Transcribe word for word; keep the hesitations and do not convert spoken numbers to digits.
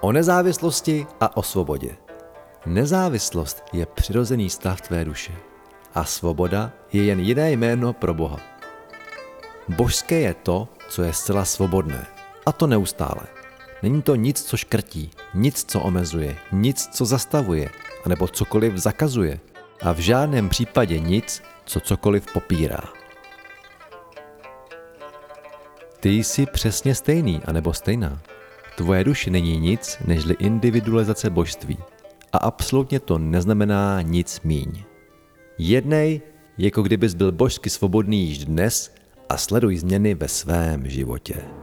O nezávislosti a o svobodě. Nezávislost je přirozený stav tvé duše a svoboda je jen jiné jméno pro Boha. Božské je to, co je zcela svobodné, a to neustále. Není to nic, co škrtí, nic, co omezuje, nic, co zastavuje, anebo cokoliv zakazuje a v žádném případě nic, co cokoliv popírá. Ty jsi přesně stejný, anebo stejná. Tvoje duše není nic, nežli individualizace božství. A absolutně to neznamená nic míň. Jednej, jako kdybys byl božsky svobodný již dnes a sleduj změny ve svém životě.